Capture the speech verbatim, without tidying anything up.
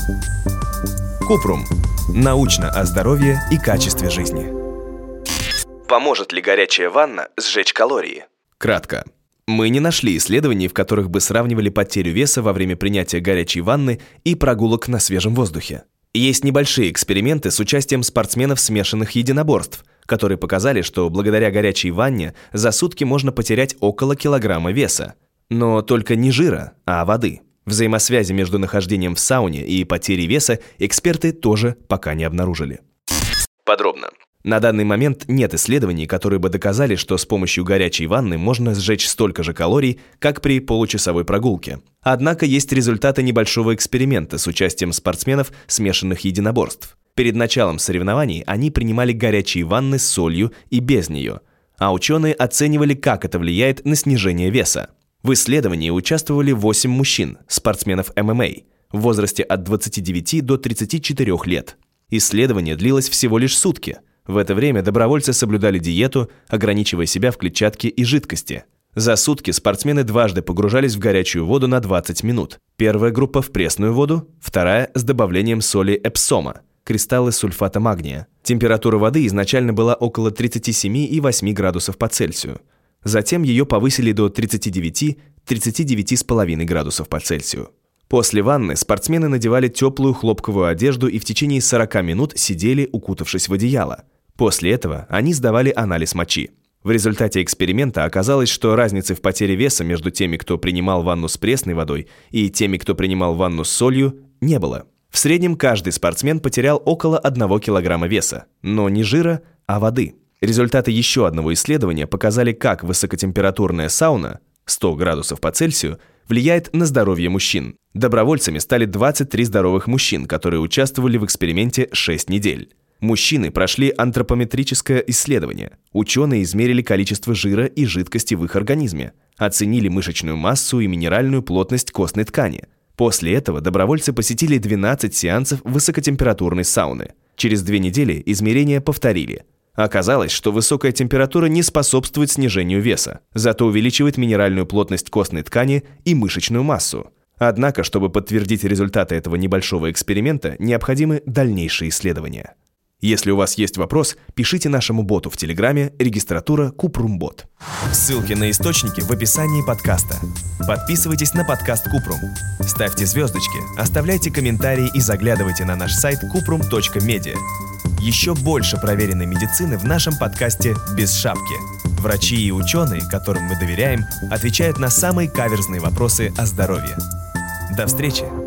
Купрум. Научно о здоровье и качестве жизни. Поможет ли горячая ванна сжечь калории? Кратко. Мы не нашли исследований, в которых бы сравнивали потерю веса во время принятия горячей ванны и прогулок на свежем воздухе. Есть небольшие эксперименты с участием спортсменов смешанных единоборств, которые показали, что благодаря горячей ванне за сутки можно потерять около килограмма веса. Но только не жира, а воды. Взаимосвязи между нахождением в сауне и потерей веса эксперты тоже пока не обнаружили. Подробно. На данный момент нет исследований, которые бы доказали, что с помощью горячей ванны можно сжечь столько же калорий, как при получасовой прогулке. Однако есть результаты небольшого эксперимента с участием спортсменов смешанных единоборств. Перед началом соревнований они принимали горячие ванны с солью и без нее, а ученые оценивали, как это влияет на снижение веса. В исследовании участвовали восемь мужчин, спортсменов эм эм а, в возрасте от двадцати девяти до тридцати четырёх лет. Исследование длилось всего лишь сутки. В это время добровольцы соблюдали диету, ограничивая себя в клетчатке и жидкости. За сутки спортсмены дважды погружались в горячую воду на двадцать минут. Первая группа в пресную воду, вторая с добавлением соли эпсома, кристаллы сульфата магния. Температура воды изначально была около тридцати семи и восьми градусов по Цельсию. Затем ее повысили до тридцати девяти — тридцати девяти и пяти градусов по Цельсию. После ванны спортсмены надевали теплую хлопковую одежду и в течение сорока минут сидели, укутавшись в одеяло. После этого они сдавали анализ мочи. В результате эксперимента оказалось, что разницы в потере веса между теми, кто принимал ванну с пресной водой, и теми, кто принимал ванну с солью, не было. В среднем каждый спортсмен потерял около одного килограмма веса, но не жира, а воды. Результаты еще одного исследования показали, как высокотемпературная сауна, сто градусов по Цельсию, влияет на здоровье мужчин. Добровольцами стали двадцать три здоровых мужчин, которые участвовали в эксперименте шесть недель. Мужчины прошли антропометрическое исследование. Ученые измерили количество жира и жидкости в их организме, оценили мышечную массу и минеральную плотность костной ткани. После этого добровольцы посетили двенадцать сеансов высокотемпературной сауны. Через две недели измерения повторили. Оказалось, что высокая температура не способствует снижению веса, зато увеличивает минеральную плотность костной ткани и мышечную массу. Однако, чтобы подтвердить результаты этого небольшого эксперимента, необходимы дальнейшие исследования. Если у вас есть вопрос, пишите нашему боту в Телеграме регистратура Купрумбот. Ссылки на источники в описании подкаста. Подписывайтесь на подкаст Купрум. Ставьте звездочки, оставляйте комментарии и заглядывайте на наш сайт купрум точка медиа. Еще больше проверенной медицины в нашем подкасте «Без шапки». Врачи и ученые, которым мы доверяем, отвечают на самые каверзные вопросы о здоровье. До встречи!